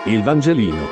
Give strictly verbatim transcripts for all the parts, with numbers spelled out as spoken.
Il Vangelino.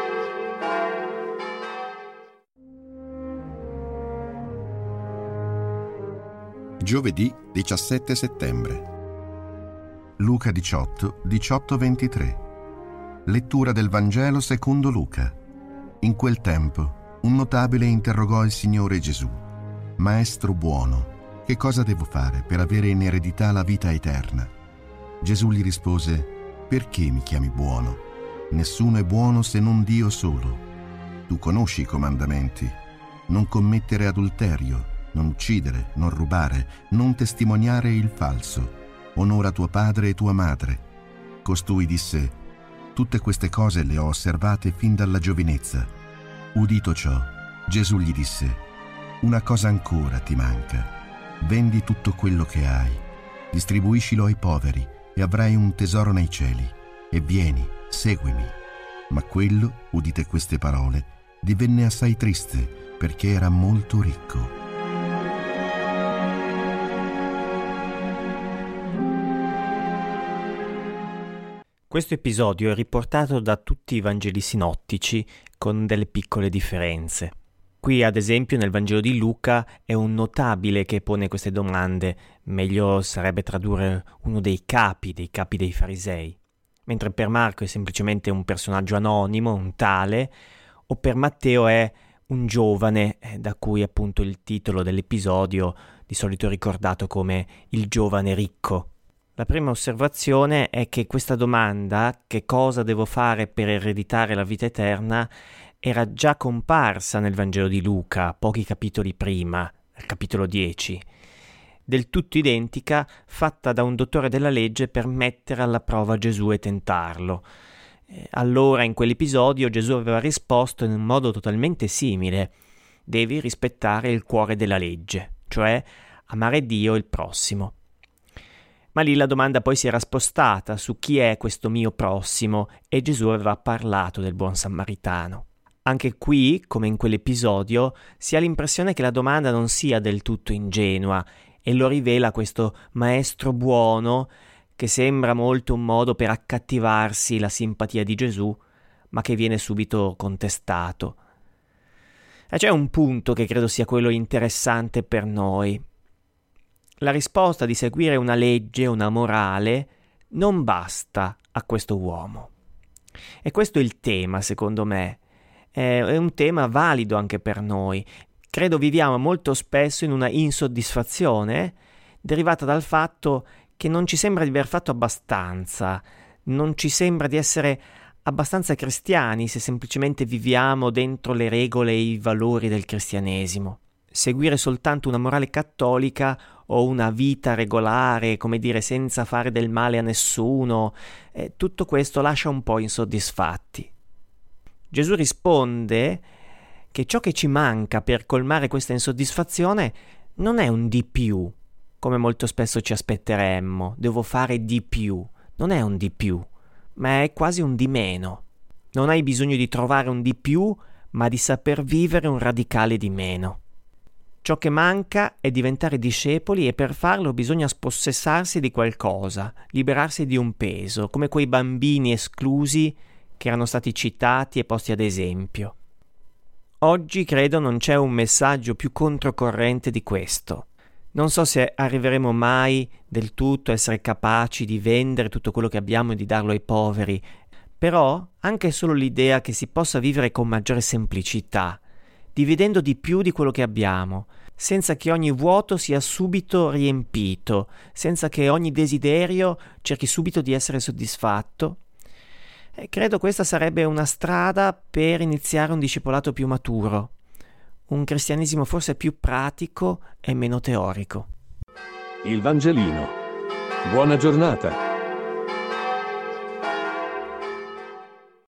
Giovedì diciassette settembre. Luca diciotto, diciotto ventitré. Lettura del Vangelo secondo Luca. In quel tempo un notabile interrogò il Signore Gesù: Maestro buono, che cosa devo fare per avere in eredità la vita eterna? Gesù gli rispose: perché mi chiami buono? Nessuno è buono se non Dio solo. Tu conosci i comandamenti: non commettere adulterio, non uccidere, non rubare, non testimoniare il falso, onora tuo padre e tua madre. Costui disse: tutte queste cose le ho osservate fin dalla giovinezza. Udito ciò, Gesù gli disse: una cosa ancora ti manca. Vendi tutto quello che hai, distribuiscilo ai poveri e avrai un tesoro nei cieli. E vieni, seguimi. Ma quello, udite queste parole, divenne assai triste perché era molto ricco. Questo episodio è riportato da tutti i Vangeli sinottici con delle piccole differenze. Qui, ad esempio, nel Vangelo di Luca è un notabile che pone queste domande, meglio sarebbe tradurre uno dei capi, dei capi dei farisei, mentre per Marco è semplicemente un personaggio anonimo, un tale, o per Matteo è un giovane, da cui appunto il titolo dell'episodio di solito è ricordato come il giovane ricco. La prima osservazione è che questa domanda, che cosa devo fare per ereditare la vita eterna, era già comparsa nel Vangelo di Luca, pochi capitoli prima, al capitolo dieci, del tutto identica, fatta da un dottore della legge per mettere alla prova Gesù e tentarlo. Allora, in quell'episodio, Gesù aveva risposto in un modo totalmente simile: devi rispettare il cuore della legge, cioè amare Dio e il prossimo. Ma lì la domanda poi si era spostata su chi è questo mio prossimo e Gesù aveva parlato del buon samaritano. Anche qui, come in quell'episodio, si ha l'impressione che la domanda non sia del tutto ingenua e lo rivela questo maestro buono che sembra molto un modo per accattivarsi la simpatia di Gesù, ma che viene subito contestato. E c'è un punto che credo sia quello interessante per noi. La risposta di seguire una legge, una morale, non basta a questo uomo. E questo è il tema, secondo me. È un tema valido anche per noi. Credo viviamo molto spesso in una insoddisfazione derivata dal fatto che non ci sembra di aver fatto abbastanza, non ci sembra di essere abbastanza cristiani se semplicemente viviamo dentro le regole e i valori del cristianesimo. Seguire soltanto una morale cattolica o una vita regolare, come dire, senza fare del male a nessuno, eh, tutto questo lascia un po' insoddisfatti. Gesù risponde che ciò che ci manca per colmare questa insoddisfazione non è un di più, come molto spesso ci aspetteremmo, devo fare di più. Non è un di più, ma è quasi un di meno. Non hai bisogno di trovare un di più, ma di saper vivere un radicale di meno. Ciò che manca è diventare discepoli e per farlo bisogna spossessarsi di qualcosa, liberarsi di un peso, come quei bambini esclusi che erano stati citati e posti ad esempio. Oggi credo non c'è un messaggio più controcorrente di questo. Non so se arriveremo mai del tutto a essere capaci di vendere tutto quello che abbiamo e di darlo ai poveri, però anche solo l'idea che si possa vivere con maggiore semplicità, dividendo di più di quello che abbiamo, senza che ogni vuoto sia subito riempito, senza che ogni desiderio cerchi subito di essere soddisfatto. E credo questa sarebbe una strada per iniziare un discepolato più maturo, un cristianesimo forse più pratico e meno teorico. Il Vangelino. Buona giornata.